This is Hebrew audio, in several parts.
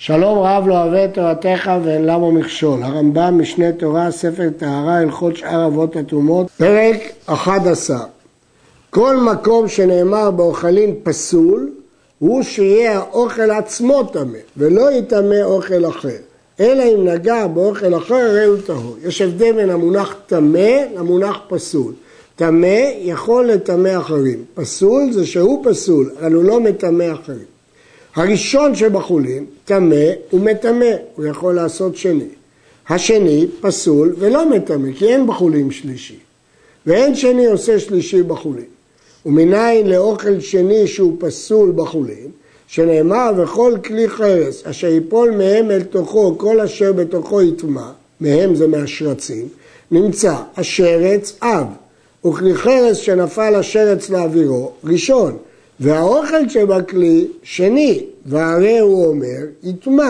שלום רב לא אוהב את תורתך ואין למה מכשול. הרמב"ם משנה תורה, ספר טהרה, הלכות שאר אבות הטומאות, פרק 11. כל מקום שנאמר באוכלים פסול, הוא שיהיה האוכל עצמו טמא, ולא יטמא אוכל אחר. אלא אם נגע באוכל אחר, הרי הוא טהור. יש הבדל בין המונח טמא למונח פסול. טמא יכול לטמא אחרים. פסול זה שהוא פסול, אבל הוא לא מטמא אחרים. הראשון שבחולין, טמא ומטמא, הוא יכול לעשות שני. השני פסול ולא מטמא, כי אין בחולין שלישי. ואין שני עושה שלישי בחולין. ומנין לאוכל שני שהוא פסול בחולין, שנאמר וכל כלי חרס אשר ייפול מהם אל תוכו, כל אשר בתוכו יטמא, מהם זה מהשרצים, נמצא השרץ אב, וכלי חרס שנפל השרץ לאווירו, ראשון. והאוכל שבכלי שני, והרי הוא אומר, יטמא.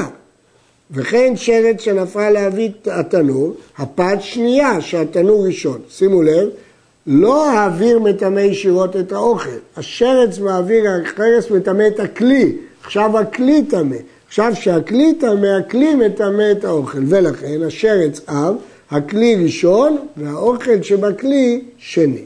וכן שרץ שנפל להביא התנור, הפת שנייה שהתנור ראשון. שימו לב, לא האוויר מטמא ישירות את האוכל. השרץ מעביר, החרס מטמא את הכלי. עכשיו הכלי טמא. עכשיו שהכלי טמא, הכלי מטמא את האוכל. ולכן השרץ אב, הכלי ראשון, והאוכל שבכלי שני.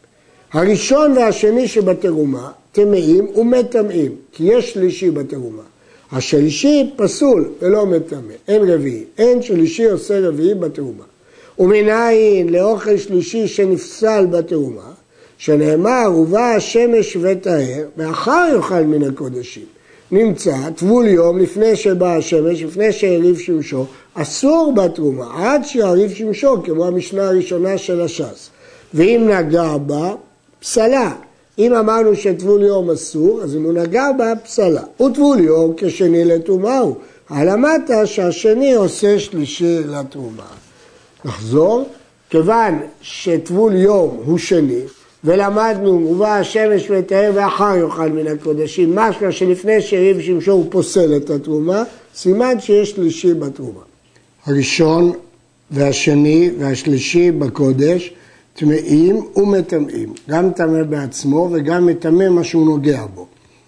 הראשון והשני שבתרומה, טמאים ומטמאים, כי יש שלישי בתרומה. השלישי פסול ולא מטמא, אין רביעי, אין שלישי עושה רביעי בתרומה. ומנין לאוכל שלישי שנפסל בתרומה, שנאמר ובא השמש וטהר, ואחר יאכל מן הקודשים. נמצא טבול יום לפני שבא השמש, לפני שהריב שמשו, אסור בתרומה, עד שיריב שמשו, כמו המשנה הראשונה של הש"ס. ואם נגע בה, פסלה. אם אמרנו שטבול יום אסור, אז אם הוא נגע בה, פסלה. וטבול יום כשני לתרומה הוא. למדת שהשני עושה שלישי לתרומה. נחזור, כיוון שטבול יום הוא שני, ולמדנו, ובא השמש וטהר ואחר יאכל מן הקודשים, משמע שלפני שהריב שמשו הוא פוסל את התרומה, סימן שיש שלישי בתרומה. הראשון והשני והשלישי בקודש, טמאים ומטמאים, גם טמא בעצמו וגם מטמא מה שהוא נוגע בו.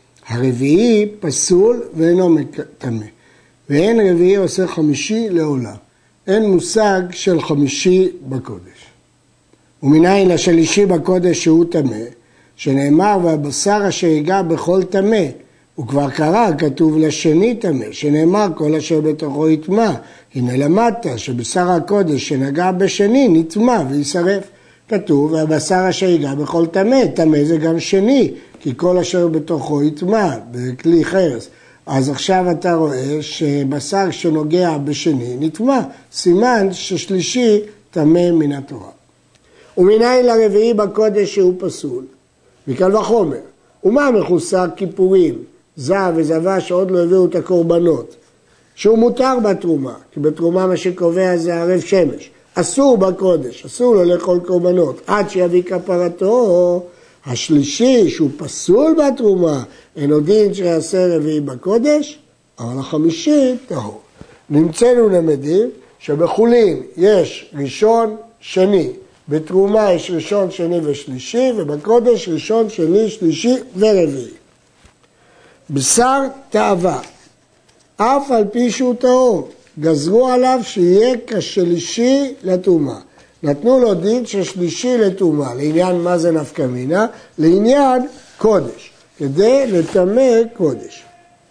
הרביעי פסול ואינו מטמא, ואין רביעי עושה חמישי לעולם. אין מושג של חמישי בקודש. ומנין לשלישי בקודש שהוא טמא, שנאמר והבשר אשר ייגע בכל טמא, וכבר קרא, כתוב לשני טמא, שנאמר כל אשר בתוכו יטמא. הנה למדת שבשר הקודש שנגע בשני נטמא וישרף. כתוב, והבשר אשר ייגע בכל טמא, טמא זה גם שני, כי כל אשר בתוכו יטמא, בכלי חרס. אז עכשיו אתה רואה שבשר שנוגע בשני נטמא, סימן ששלישי טמא מן התורה. ומנין לרביעי בקודש שהוא פסול, מקל וחומר. ומה מחוסר כיפורים, זב וזבה שעוד לא הביאו את הקורבנות, שהוא מותר בתרומה, כי בתרומה מה שקובע זה ערב שמש. אסור בקודש, אסור לו לאכול קורבנות, עד שיביא כפרתו. השלישי שהוא פסול בתרומה, אין עוד דין שיעשה רביעי בקודש, אבל החמישי טהור. נמצאנו למדים שבחולין יש ראשון, שני, בתרומה יש ראשון, שני ושלישי, ובקודש ראשון, שני, שלישי ורביעי. בשר תאווה, אף על פי שהוא טהור, גזרו עליו שיהיה כשלישי לתרומה. נתנו לו דין ששלישי לתרומה, לעניין מה זה נפקא מינה, לעניין קודש, כדי לטמא קודש.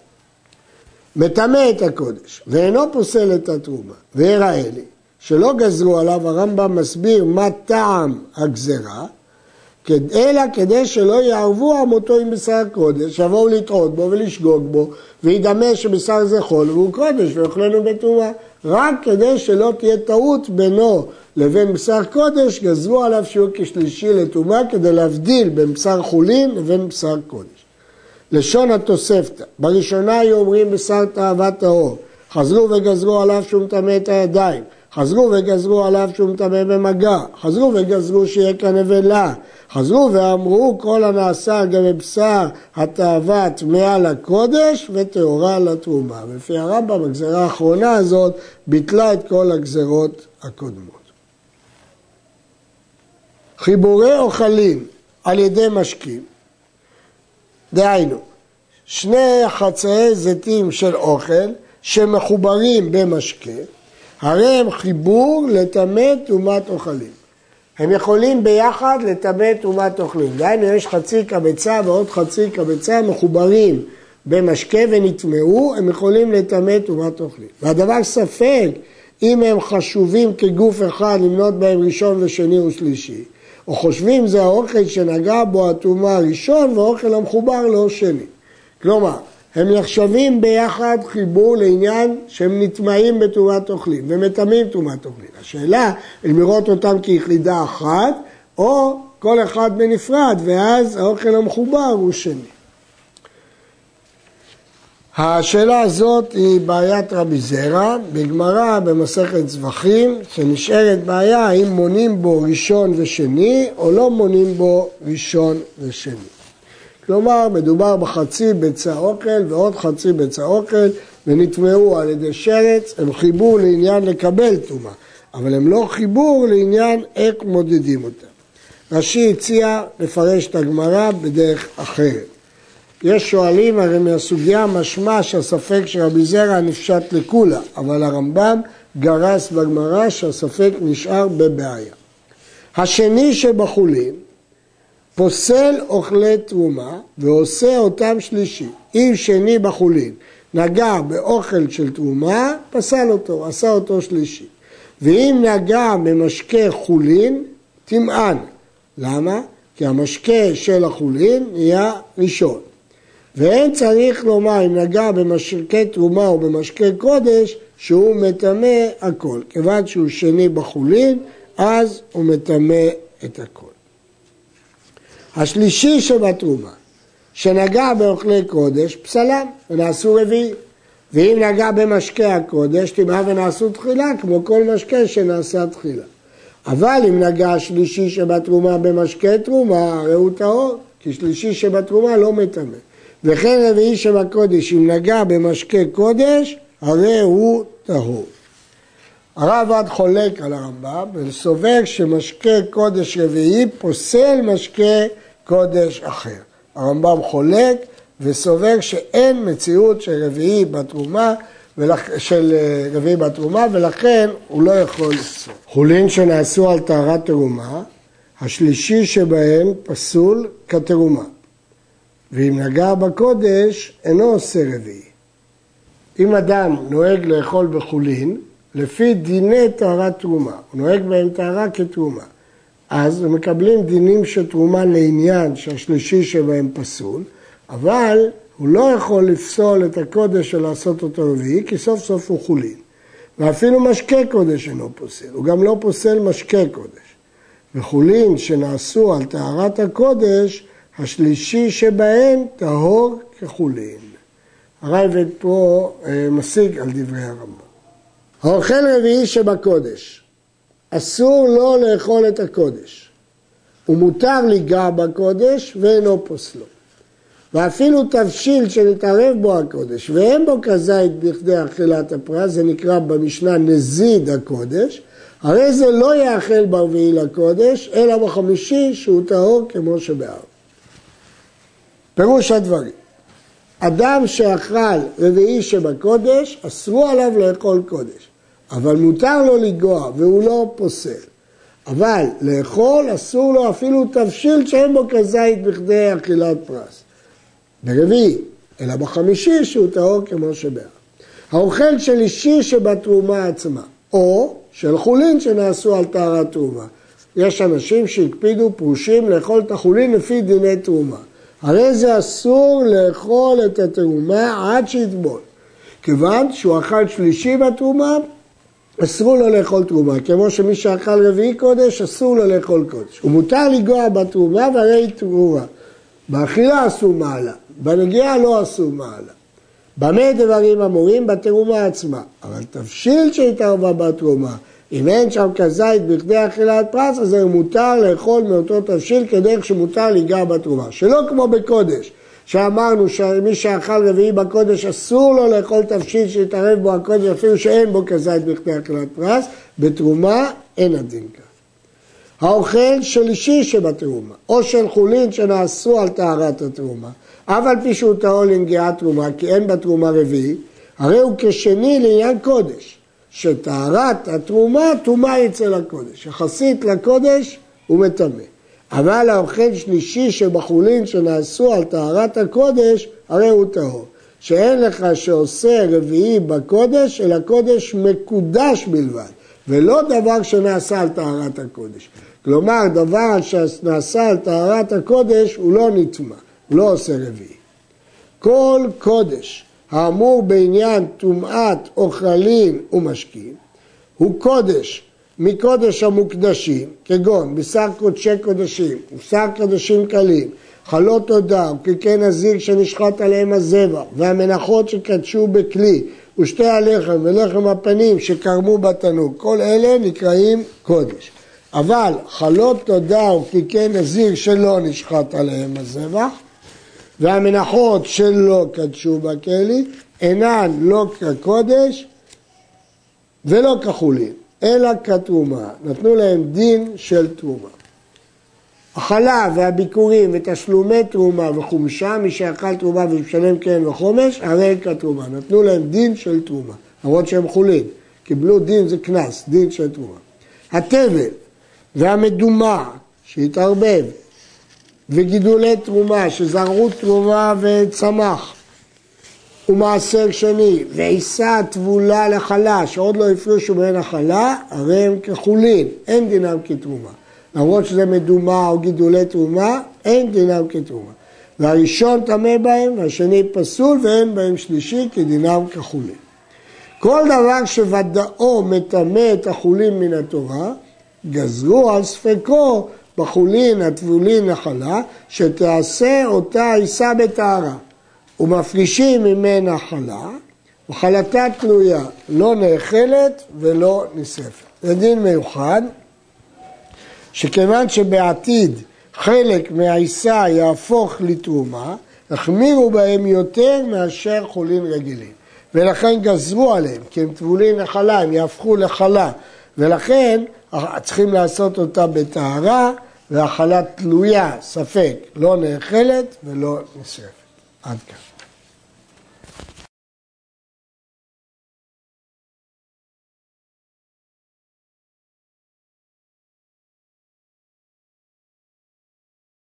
מטמא את הקודש, ואינו פוסל את התרומה. ויראה לי, שלא גזרו עליו, הרמב"ם מסביר מה טעם הגזרה, אלא כדי שלא יערבו עמותו עם בשר הקודש, שיבואו לטעות בו ולשגוג בו, וידמה שבשר זה חול והוא קודש ויאכלנו בתרומה. רק כדי שלא תהיה טעות בינו לבין בשר קודש, גזרו עליו שהוא כשלישי לתרומה, כדי להבדיל בין בשר חולין לבין בשר קודש. לשון התוספתא, בראשונה היו אומרים בשר תאווה טהור, חזרו וגזרו עליו שהוא מטמא את הידיים, חזרו וגזרו עליו שהוא מטמא במגע, חזרו וגזרו שיהיה כנבלה, חזרו ואמרו כל הנעשה גם בבשר התאווה טמאה לקודש וטהורה לתרומה. ולפי הרמב"ם הגזרה האחרונה הזאת ביטלה את כל הגזרות הקודמות. חיבורי אוכלים על ידי משקים, דהיינו, שני חצאי זיתים של אוכל שמחוברים במשקה, הרי הם חיבור לטמא טומאת אוכלים. הם יכולים ביחד לטמא טומאת אוכלים. דהיינו יש חצי קבצה ועוד חצי קבצה מחוברים במשקה ונטמעו, הם יכולים לטמא טומאת אוכלים. והדבר ספק אם הם חשובים כגוף אחד למנות בהם ראשון ושני ושלישי, או חושבים זה האוכל שנגע בו הטומאה הראשון והאוכל המחובר לו שני. כלומר, הם נחשבים ביחד חיבור לעניין שהם נטמעים בטומאת אוכלים ומטמאים טומאת אוכלים. השאלה אם לראות אותם כיחידה אחת או כל אחד בנפרד, ואז האוכל המחובר הוא שני. השאלה הזאת היא בעיית רבי זרע, בגמרא במסכת זבחים, שנשארת בעיה האם מונים בו ראשון ושני או לא מונים בו ראשון ושני. כלומר, מדובר בחצי ביצה אוכל ועוד חצי ביצה אוכל, ונטמעו על ידי שרץ, הם חיבור לעניין לקבל טומאה, אבל הם לא חיבור לעניין איך מודדים אותם. רש"י הציע לפרש את הגמרא בדרך אחרת. יש שואלים הרי מהסוגיה משמע שהספק של רבי זרע נפשט לכולה, אבל הרמב"ם גרס בגמרא שהספק נשאר בבעיה. השני שבחולין פוסל אוכלי תרומה ועושה אותם שלישי. אם שני בחולין נגע באוכל של תרומה, פסל אותו, עשה אותו שלישי. ואם נגע במשקה חולין, תמען. למה? כי המשקה של החולין נהיה ראשון. ואין צריך לומר אם נגע במשקה תרומה או במשקה קודש שהוא מטמא הכל. כיוון שהוא שני בחולין, אז הוא מטמא את הכל. השלישי שבתרומה, שנגע באוכלי קודש, פסלם ונעשו רביעי. ואם נגע במשקה הקודש, טמאה ונעשו תחילה, כמו כל משקה שנעשה תחילה. אבל אם נגע השלישי שבתרומה במשקה תרומה, הרי הוא טהור, כי שלישי שבתרומה לא מטמא. וכן רביעי שבקודש, אם נגע במשקה קודש, הרי הוא טהור. הרב עד חולק על הרמב"ם, וסובר שמשקה קודש רביעי פוסל משקה קודש אחר. הרמב"ם חולק וסובר שאין מציאות של רביעי בתרומה, ולכן הוא לא יכול לפסול. חולין שנעשו על טהרת תרומה, השלישי שבהם פסול כתרומה. ואם נגע בקודש, אינו עושה רביעי. אם אדם נוהג לאכול בחולין, לפי דיני טהרת תרומה, הוא נוהג בהם טהרה כתרומה, אז הם מקבלים דינים של תרומה לעניין שהשלישי שבהם פסול, אבל הוא לא יכול לפסול את הקודש של לעשות אותו רביעי, כי סוף סוף הוא חולין. ואפילו משקה קודש אינו פוסל, הוא גם לא פוסל משקה קודש. וחולין שנעשו על טהרת הקודש, השלישי שבהם טהור כחולין. הרייבד פה משיג על דברי הרמב"ם. האוכל רביעי שבקודש, אסור לו לאכול את הקודש. הוא מותר ליגע בקודש ואינו פוסלו. ואפילו תבשיל שנתערב בו הקודש, ואין בו כזית בכדי אכילת הפרס, זה נקרא במשנה נזיד הקודש, הרי זה לא יאכל ברביעי לקודש, אלא בחמישי שהוא טהור כמו שבער. פירוש הדברים, אדם שאכל רביעי שבקודש, אסרו עליו לאכול קודש, אבל מותר לו לגוע והוא לא פוסל. אבל לאכול אסור לו אפילו תבשיל שאין בו כזית בכדי אכילת פרס. ברביעי, אלא בחמישי שהוא טהור כמו שבער. האוכל של אישי שבתרומה עצמה, או של חולין שנעשו על טהרת תרומה. יש אנשים שהקפידו פרושים לאכול את החולין לפי דיני תרומה. הרי זה אסור לאכול את התרומה עד שיטבול. כיוון שהוא אכל שלישי בתרומה, אסור לו לאכול תרומה. כמו שמי שאכל רביעי קודש, אסור לו לאכול קודש. הוא מותר לגוע בתרומה והרי היא תרומה. באכילה עשו מעלה, בנגיעה לא עשו מעלה. במה דברים אמורים? בתרומה עצמה. אבל תבשיל שהתערבה בתרומה, אם אין שם כזית בכדי אכילת פרס, אז זה מותר לאכול מאותו תבשיל כדרך שמותר ליגע בתרומה. שלא כמו בקודש, שאמרנו שמי שאכל רביעי בקודש אסור לו לאכול תבשיל שהתערב בו הקודש, אפילו שאין בו כזית בכדי אכילת פרס, בתרומה אין הדין כך. האוכל של אישי שבתרומה, או של חולין שנעשו על טהרת התרומה, אף על פי שהוא טהור לנגיעת תרומה, כי אין בתרומה רביעי, הרי הוא כשני לעניין קודש, שטהרת התרומה, תרומה יצא לקודש. יחסית לקודש הוא מטמא. אבל האוכל שלישי שבחולין שנעשו על טהרת הקודש, הרי הוא טהור. שאין לך שעושה רביעי בקודש, אלא קודש מקודש בלבד, ולא דבר שנעשה על טהרת הקודש. כלומר, דבר שנעשה על טהרת הקודש הוא לא נטמא, הוא לא עושה רביעי. כל קודש האמור בעניין טומאת אוכלים ומשקים, הוא קודש מקודש המוקדשים, כגון בשר קודשי קודשים, ובשר קודשים קלים, חלות תודה וקלקי נזיר שנשחט עליהם הזבח, והמנחות שקדשו בכלי, ושתי הלחם ולחם הפנים שקרמו בתנור, כל אלה נקראים קודש. אבל חלות תודה וקלקי נזיר שלא נשחט עליהם הזבח, והמנחות שלא קדשו בכלי, אינן לא כקודש ולא כחולין, אלא כתרומה. נתנו להם דין של תרומה. החלה והביקורים ותשלומי תרומה וחומשה, מי שאכל תרומה ומשלם קרן וחומש, הרי כתרומה. נתנו להם דין של תרומה, למרות שהם חולין. קיבלו דין, זה קנס, דין של תרומה. התבל והמדומה שהתערבב, וגידולי תרומה שזרעו תרומה וצמח, ומעשר שני, ועיסה טבולה לחלה, שעוד לא הפרישו בין החלה, הרי הם כחולין, אין דינם כתרומה. למרות שזה מדומה או גידולי תרומה, אין דינם כתרומה. והראשון טמא בהם, והשני פסול, ואין בהם שלישי, כי דינם כחולין. כל דבר שוודאו מטמא את החולין מן התורה, גזרו על ספקו בחולין הטבולין לחלה, שתעשה אותה עיסה בטהרה. ומפרישים ממנה חלה, וחלתה תלויה, לא נאכלת ולא נשרפת. זה דין מיוחד, שכיוון שבעתיד חלק מהעיסה יהפוך לתרומה, החמירו בהם יותר מאשר חולין רגילים. ולכן גזרו עליהם, כי הם טבולין לחלה, הם יהפכו לחלה, ולכן צריכים לעשות אותה בטהרה, והחלה תלויה, ספק, לא נאכלת ולא נשרפת. עד כאן.